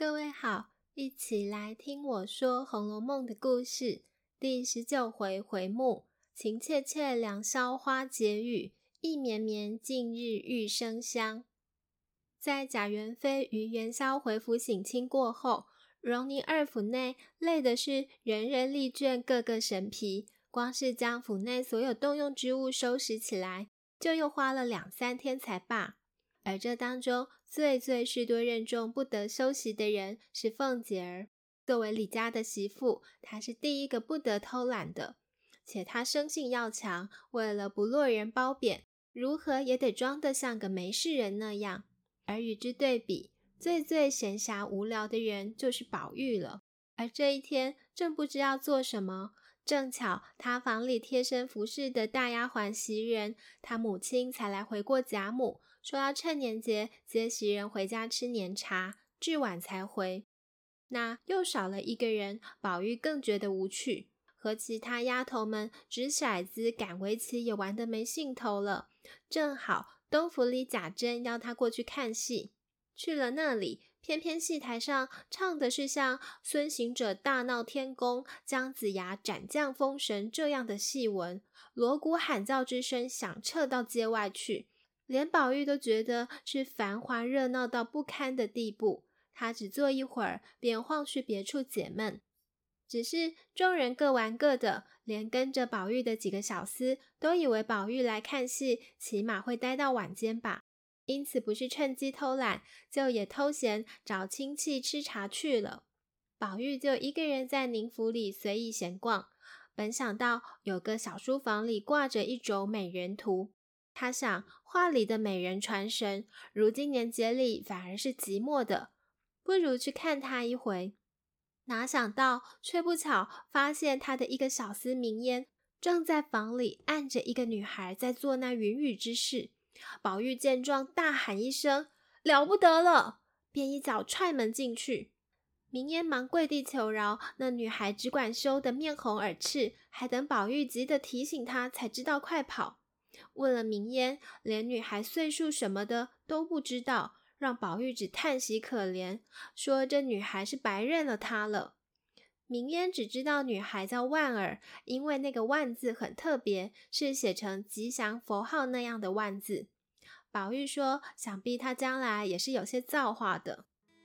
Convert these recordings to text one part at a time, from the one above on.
各位好，一起来听我说《红楼梦》的故事。第19回回目：情切切良宵花解语，意绵绵近日玉生香。在贾元妃于元宵回府省亲过后，荣宁二府内累的是人人力倦，个个神疲，光是将府内所有动用之物收拾起来，就又花了2-3天才罢。而这当中最事多任重不得休息的人是凤姐儿。作为李家的媳妇，她是第一个不得偷懒的，且她生性要强，为了不落人褒贬，如何也得装得像个没事人那样。而与之对比，最闲暇无聊的人就是宝玉了。而这一天正不知要做什么，正巧他房里贴身服侍的大丫鬟袭人，他母亲才来回过贾母，说要趁年节接袭人回家吃年茶，至晚才回。那又少了一个人，宝玉更觉得无趣，和其他丫头们掷骰子赶围棋也玩得没兴头了。正好东府里贾珍邀他过去看戏，去了那里，偏偏戏台上唱的是像孙行者大闹天宫、姜子牙斩将封神这样的戏文，锣鼓喊叫之声响彻到街外去，连宝玉都觉得是繁华热闹到不堪的地步。他只坐一会儿便晃去别处解闷。只是众人各玩各的，连跟着宝玉的几个小厮都以为宝玉来看戏起码会待到晚间吧，因此不是趁机偷懒，就也偷闲找亲戚吃茶去了。宝玉就一个人在宁府里随意闲逛，本想到有个小书房里挂着一轴美人图，他想画里的美人传神，如今年节里反而是寂寞的，不如去看他一回。哪想到却不巧发现他的一个小厮明烟正在房里按着一个女孩在做那云雨之事。宝玉见状大喊一声了不得了，便一脚踹门进去。明烟忙跪地求饶，那女孩只管羞得面红耳赤，还等宝玉急得提醒她才知道快跑。问了明烟，连女孩岁数什么的都不知道，让宝玉只叹息可怜，说这女孩是白认了他了。明烟只知道女孩叫万儿，因为那个万字很特别，是写成吉祥佛号那样的万字。宝玉说想必她将来也是有些造化的。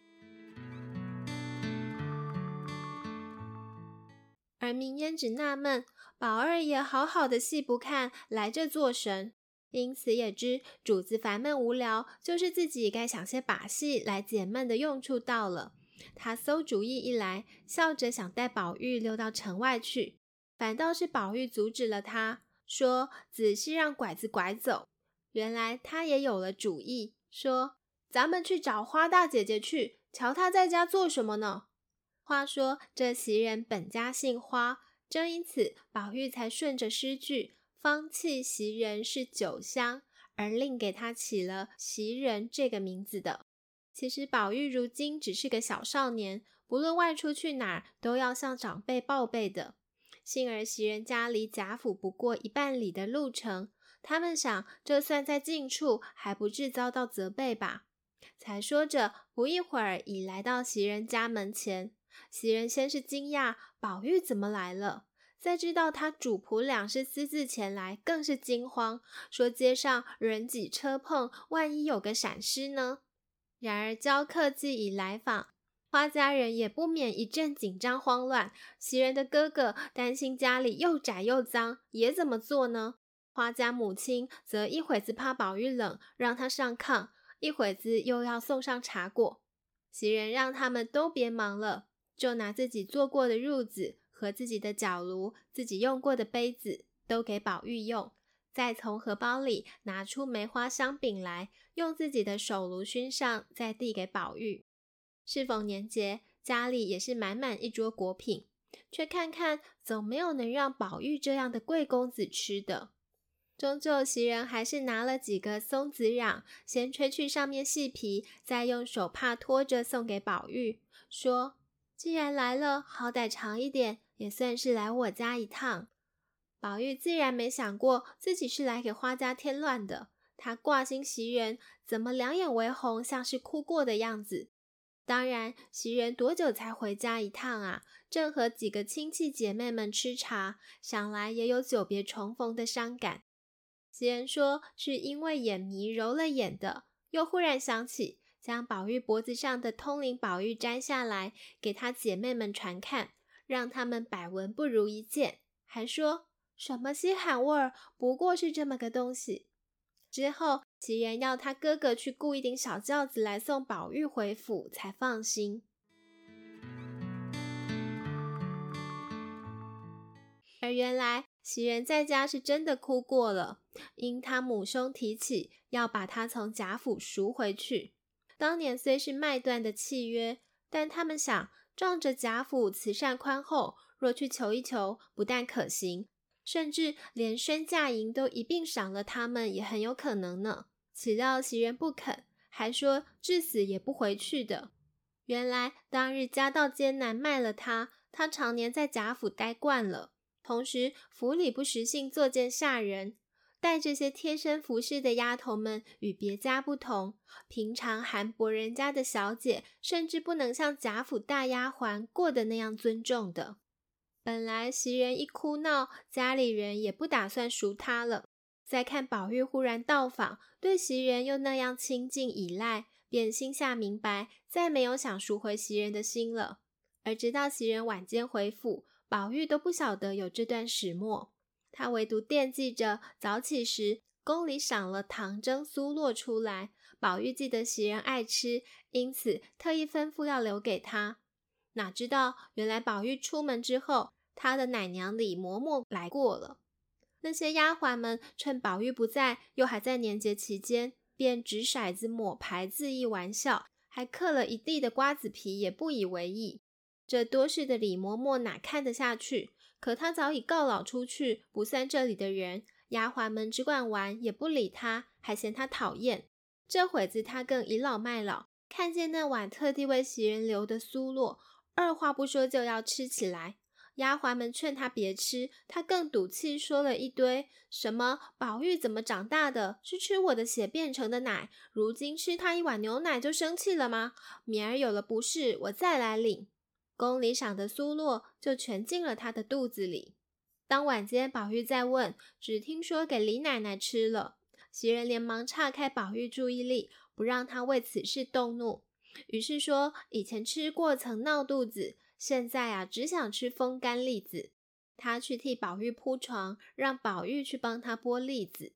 而明烟只纳闷，宝二爷好好的戏不看，来这做神，因此也知主子烦闷无聊，就是自己该想些把戏来解闷的用处到了。他馊主意一来，笑着想带宝玉溜到城外去，反倒是宝玉阻止了他，说仔细让拐子拐走。原来他也有了主意，说咱们去找花大姐姐去，瞧她在家做什么呢？话说这袭人本家姓花，正因此宝玉才顺着诗句方气袭人是酒香，而另给她起了袭人这个名字的。其实宝玉如今只是个小少年，不论外出去哪儿都要向长辈报备的。幸而袭人家离贾府不过1半里的路程，他们想这算在近处，还不致遭到责备吧。才说着，不一会儿已来到袭人家门前。袭人先是惊讶宝玉怎么来了，再知道他主仆俩是私自前来，更是惊慌，说街上人挤车碰，万一有个闪失呢。然而交客既已来访，花家人也不免一阵紧张慌乱。袭人的哥哥担心家里又窄又脏，也怎么做呢？花家母亲则一会子怕宝玉冷，让他上炕，一会子又要送上茶果。袭人让他们都别忙了，就拿自己做过的褥子和自己的脚炉、自己用过的杯子都给宝玉用，再从荷包里拿出梅花香饼来，用自己的手炉熏上，再递给宝玉。适逢年节，家里也是满满一桌果品，却看看总没有能让宝玉这样的贵公子吃的。终究袭人还是拿了几个松子瓤，先吹去上面细皮，再用手帕拖着送给宝玉，说既然来了，好歹尝一点，也算是来我家一趟。宝玉自然没想过自己是来给花家添乱的，他挂心袭人怎么两眼为红，像是哭过的样子， 当然，袭人多久才回家一趟啊？正和几个亲戚姐妹们吃茶，想来也有久别重逢的伤感。袭人说是因为眼迷揉了眼的，又忽然想起将宝玉脖子上的通灵宝玉摘下来，给她姐妹们传看，让她们百闻不如一见，还说什么稀罕味儿，不过是这么个东西。之后袭人要他哥哥去雇一顶小轿子来送宝玉回府，才放心。而原来袭人在家是真的哭过了，因他母兄提起要把他从贾府赎回去。当年虽是卖断的契约，但他们想仗着贾府慈善宽厚，若去求一求，不但可行，甚至连身价银都一并赏了他们，也很有可能呢。岂料袭人不肯，还说至死也不回去的。原来当日家道艰难卖了他常年在贾府待惯了，同时府里不识性作践下人，待这些贴身服侍的丫头们与别家不同，平常韩薄人家的小姐，甚至不能像贾府大丫鬟过得那样尊重的。本来袭人一哭闹，家里人也不打算赎她了。再看宝玉忽然到访，对袭人又那样亲近依赖，便心下明白，再没有想赎回袭人的心了。而直到袭人晚间回府，宝玉都不晓得有这段始末。他唯独惦记着早起时宫里赏了糖蒸酥酪出来，宝玉记得袭人爱吃，因此特意吩咐要留给他。哪知道原来宝玉出门之后，他的奶娘李嬷嬷来过了。那些丫鬟们趁宝玉不在，又还在年节期间，便掷骰子抹牌恣意玩笑，还嗑了一地的瓜子皮，也不以为意。这多事的李嬷嬷哪看得下去？可她早已告老出去，不算这里的人，丫鬟们只管玩，也不理她，还嫌她讨厌。这会子她更倚老卖老，看见那碗特地为袭人留的酥酪，二话不说就要吃起来。丫鬟们劝他别吃，他更赌气说了一堆，什么宝玉怎么长大的，是吃我的血变成的奶，如今吃他一碗牛奶就生气了吗？明儿有了不是，我再来领。宫里赏的酥酪就全进了他的肚子里。当晚间宝玉再问，只听说给李奶奶吃了。袭人连忙岔开宝玉注意力，不让他为此事动怒，于是说以前吃过曾闹肚子，现在只想吃风干栗子。他去替宝玉铺床，让宝玉去帮他剥栗子。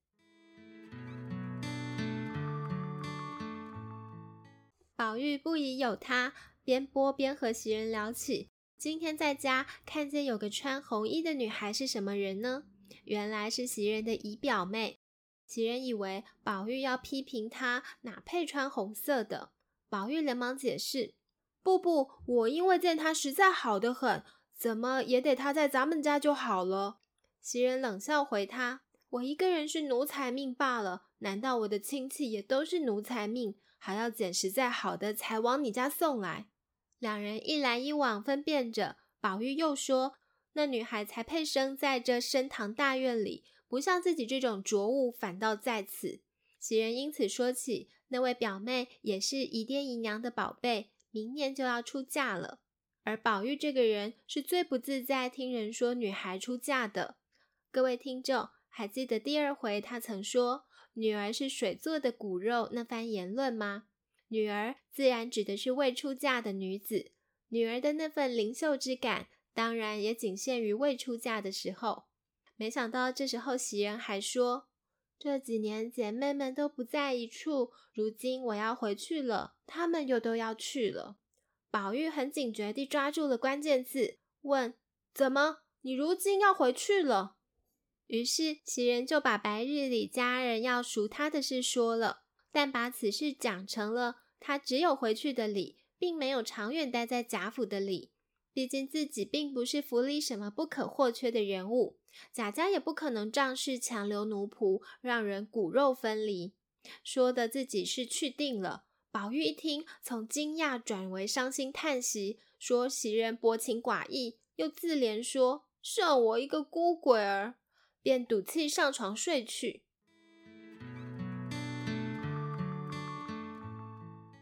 宝玉不疑有他，边剥边和袭人聊起，今天在家看见有个穿红衣的女孩是什么人呢？原来是袭人的姨表妹。袭人以为宝玉要批评她哪配穿红色的，宝玉连忙解释，不，我因为见她实在好得很，怎么也得她在咱们家就好了。袭人冷笑回他，我一个人是奴才命罢了，难道我的亲戚也都是奴才命，还要捡实在好的才往你家送来？两人一来一往分辨着，宝玉又说，那女孩才配生在这升堂大院里，不像自己这种浊物反倒在此。袭人因此说起那位表妹也是姨爹姨娘的宝贝，明年就要出嫁了。而宝玉这个人是最不自在听人说女孩出嫁的。各位听众还记得第二回他曾说女儿是水做的骨肉那番言论吗？女儿自然指的是未出嫁的女子，女儿的那份灵秀之感当然也仅限于未出嫁的时候。没想到这时候袭人还说，这几年姐妹们都不在一处，如今我要回去了，她们又都要去了。宝玉很警觉地抓住了关键字，问，怎么你如今要回去了？于是袭人就把白日里家人要赎他的事说了，但把此事讲成了他只有回去的理，并没有长远待在贾府的理。毕竟自己并不是府里什么不可或缺的人物，贾家也不可能仗势强留奴仆，让人骨肉分离。说的自己是去定了。宝玉一听，从惊讶转为伤心叹息，说袭人薄情寡义，又自怜说剩我一个孤鬼儿，便赌气上床睡去。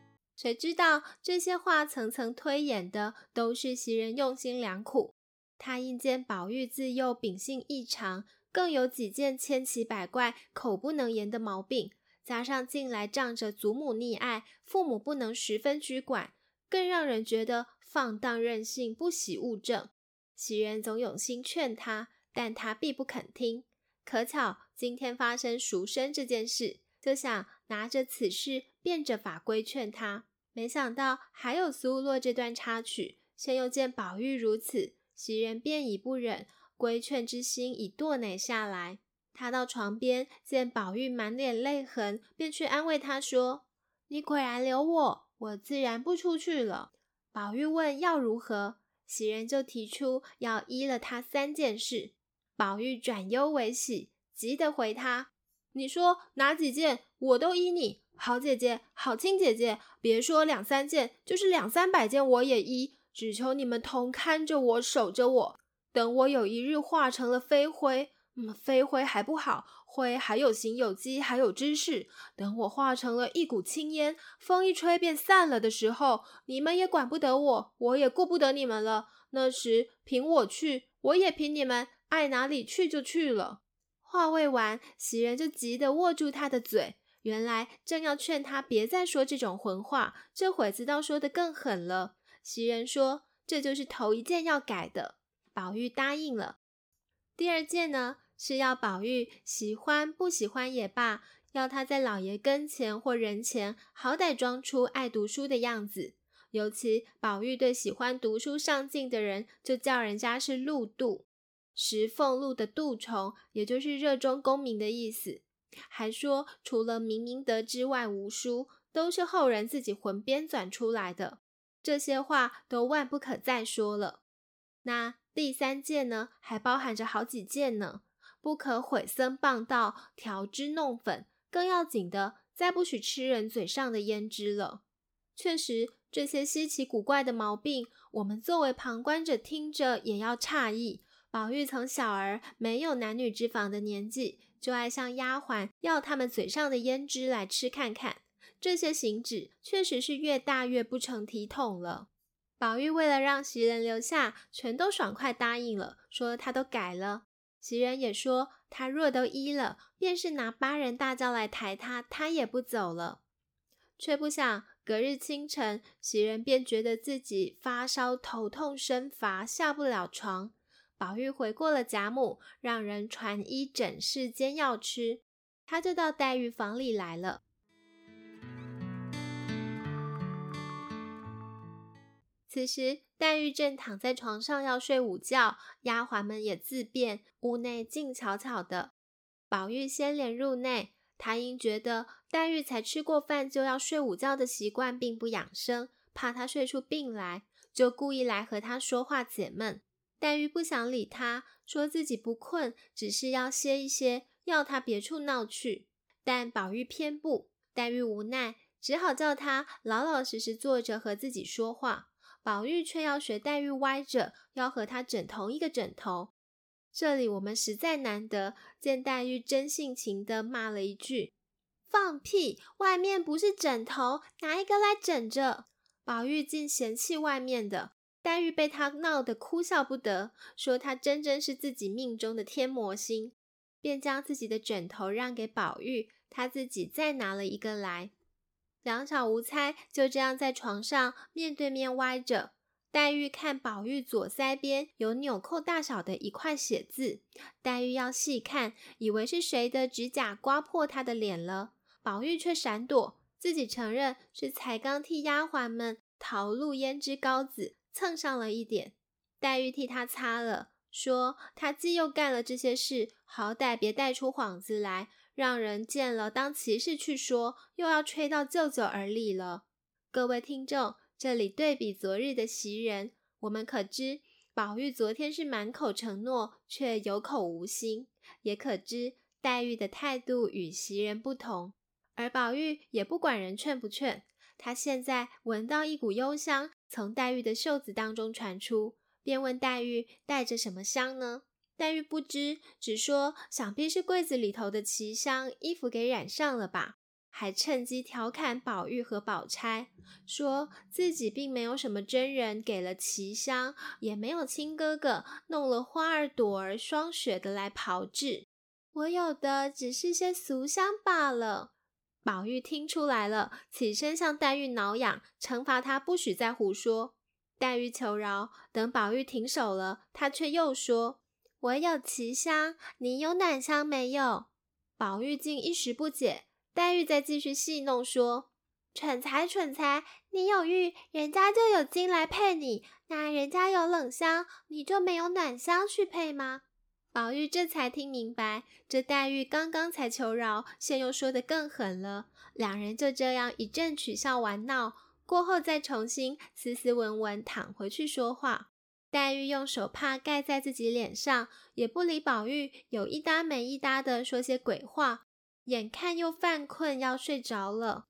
谁知道这些话层层推演的都是袭人用心良苦。他因见宝玉自幼秉性异常，更有几件千奇百怪、口不能言的毛病，加上近来仗着祖母溺爱，父母不能十分拘管，更让人觉得放荡任性，不喜务正。袭人总有心劝他，但他必不肯听。可巧今天发生赎身这件事，就想拿着此事变着法规劝他。没想到还有苏洛这段插曲，现又见宝玉如此，袭人便已不忍，规劝之心已堕馁下来。他到床边见宝玉满脸泪痕，便去安慰他说：你果然留我自然不出去了。宝玉问要如何，袭人就提出要依了他3件事。宝玉转忧为喜，急得回他：你说哪几件我都依你，好姐姐好亲姐姐，别说2、3件，就是200、300件我也依，只求你们同看着我守着我，等我有一日化成了飞灰，飞灰还不好，灰还有形有机还有知识，等我化成了一股青烟，风一吹便散了的时候，你们也管不得我，我也顾不得你们了，那时凭我去，我也凭你们，爱哪里去就去了。话未完，袭人就急得握住他的嘴，原来正要劝他别再说这种混话，这会子倒说得更狠了。袭人说这就是头1件要改的，宝玉答应了。第2件呢，是要宝玉喜欢不喜欢也罢，要他在老爷跟前或人前好歹装出爱读书的样子。尤其宝玉对喜欢读书上进的人，就叫人家是鹿妒，石凤鹿的蠹虫，也就是热衷功名的意思。还说除了明明德之外无书，都是后人自己魂编纂出来的。这些话都万不可再说了。那第3件呢，还包含着好几件呢，不可毁僧谤道，调脂弄粉，更要紧的，再不许吃人嘴上的胭脂了。确实这些稀奇古怪的毛病，我们作为旁观者听着也要诧异。宝玉从小儿没有男女之防的年纪，就爱向丫鬟要他们嘴上的胭脂来吃看看，这些行止确实是越大越不成体统了。宝玉为了让袭人留下，全都爽快答应了，说他都改了。袭人也说他若都依了，便是拿8人大轿来抬他，他也不走了。却不想隔日清晨，袭人便觉得自己发烧头痛身乏，下不了床。宝玉回过了贾母，让人传医诊室煎药吃，他就到黛玉房里来了。此时黛玉正躺在床上要睡午觉，丫鬟们也自便，屋内静悄悄的。宝玉先连入内，他因觉得黛玉才吃过饭就要睡午觉的习惯并不养生，怕她睡出病来，就故意来和她说话解闷。黛玉不想理他，说自己不困，只是要歇一歇，要他别处闹去。但宝玉偏不，黛玉无奈，只好叫他老老实实坐着和自己说话。宝玉却要学黛玉歪着，要和他枕同一个枕头。这里我们实在难得，见黛玉真性情地骂了一句：放屁，外面不是枕头，拿一个来枕着。宝玉竟嫌弃外面的，黛玉被他闹得哭笑不得，说他真是自己命中的天魔星，便将自己的枕头让给宝玉，他自己再拿了一个来。两小无猜就这样在床上面对面歪着。黛玉看宝玉左腮边有纽扣大小的一块血渍，黛玉要细看，以为是谁的指甲刮破她的脸了，宝玉却闪躲，自己承认是才刚替丫鬟们淘露胭脂膏子蹭上了一点。黛玉替他擦了，说他既又干了这些事，好歹别带出幌子来，让人见了当奇事去说，又要吹到舅舅耳里了。各位听众，这里对比昨日的袭人，我们可知宝玉昨天是满口承诺，却有口无心，也可知黛玉的态度与袭人不同。而宝玉也不管人劝不劝，他现在闻到一股幽香从黛玉的袖子当中传出，便问黛玉带着什么香呢？黛玉不知，只说想必是柜子里头的奇香，衣服给染上了吧。 还趁机调侃宝玉和宝钗，说自己并没有什么真人给了奇香，也没有亲哥哥弄了花儿朵儿霜雪的来炮制，我有的只是些俗香罢了。宝玉听出来了，起身向黛玉挠痒，惩罚他不许再胡说。黛玉求饶，等宝玉停手了，他却又说，我有奇香，你有暖香没有？宝玉竟一时不解，黛玉再继续戏弄说，蠢材蠢材，你有玉，人家就有金来配你，那人家有冷香，你就没有暖香去配吗？宝玉这才听明白，这黛玉刚刚才求饶，现又说得更狠了。两人就这样一阵取笑玩闹，过后再重新斯斯文文躺回去说话。黛玉用手帕盖在自己脸上，也不理宝玉有一搭没一搭的说些鬼话，眼看又犯困要睡着了。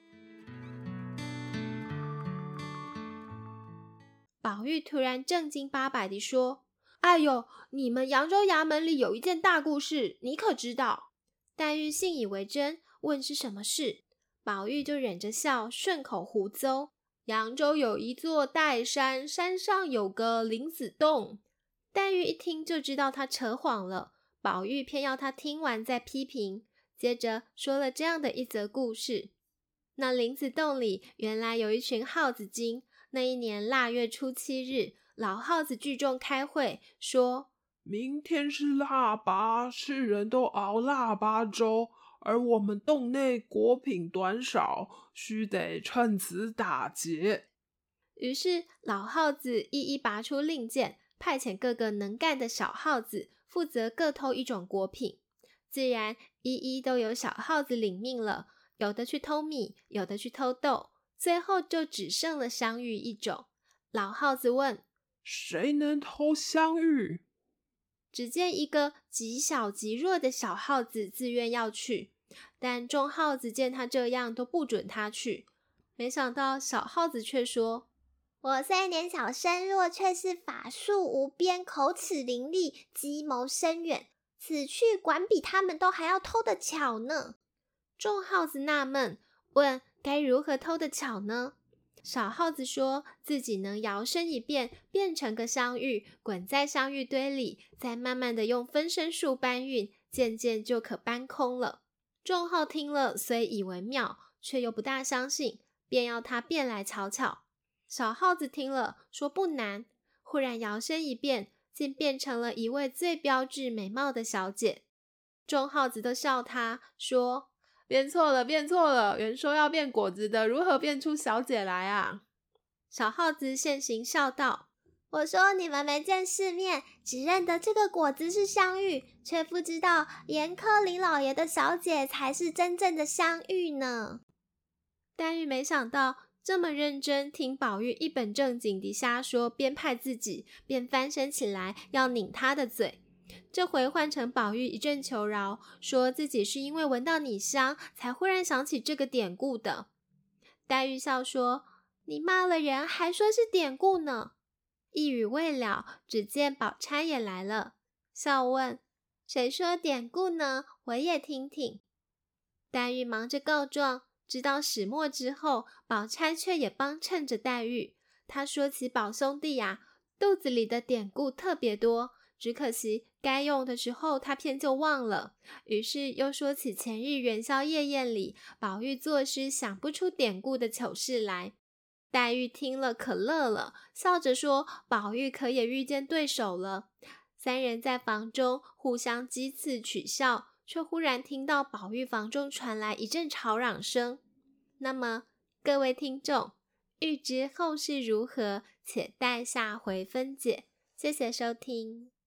宝玉突然正经八百地说，哎呦，你们扬州衙门里有一件大故事，你可知道？黛玉信以为真，问是什么事。宝玉就忍着笑，顺口胡诌，扬州有一座岱山，山上有个林子洞。黛玉一听就知道他扯谎了，宝玉偏要他听完再批评，接着说了这样的一则故事。那林子洞里原来有一群耗子精，那一年腊月初7日，老耗子聚众开会，说明天是腊八，世人都熬腊八粥，而我们洞内果品短少，须得趁此打劫。 于是老耗子一一拔出令箭，派遣各个能干的小耗子负责各偷一种果品。自然一一都有小耗子领命了，有的去偷米，有的去偷豆，最后就只剩了香芋一种。老耗子问， 谁能偷香芋？ 只见一个极小极弱的小耗子自愿要去，但众耗子见他这样都不准他去。没想到小耗子却说，我虽年小身弱，却是法术无边，口齿伶俐，计谋深远，此去管比他们都还要偷得巧呢。众耗子纳闷，问该如何偷得巧呢？小耗子说自己能摇身一变，变成个香芋，滚在香芋堆里，再慢慢的用分身术搬运，渐渐就可搬空了。众耗听了虽以为妙，却又不大相信，便要他变来瞧瞧。小耗子听了说不难，忽然摇身一变，竟变成了一位最标致美貌的小姐。众耗子都笑他，说变错了，变错了，原说要变果子的，如何变出小姐来啊？小耗子现形笑道，我说你们没见世面，只认得这个果子是香芋，却不知道严苛林老爷的小姐才是真正的香芋呢。黛玉没想到这么认真听宝玉一本正经地瞎说编派自己，便翻身起来要拧他的嘴。这回换成宝玉一阵求饶，说自己是因为闻到你香，才忽然想起这个典故的。黛玉笑说，你骂了人，还说是典故呢。一语未了，只见宝钗也来了，笑问，谁说典故呢？我也听听。黛玉忙着告状，知道始末之后，宝钗却也帮衬着黛玉。她说起宝兄弟啊，肚子里的典故特别多，只可惜该用的时候他偏就忘了，于是又说起前日元宵夜宴里宝玉作诗想不出典故的糗事来。黛玉听了可乐了，笑着说宝玉可也遇见对手了。三人在房中互相讥刺取笑，却忽然听到宝玉房中传来一阵吵嚷声。那么各位听众，欲知后事如何，且待下回分解。谢谢收听。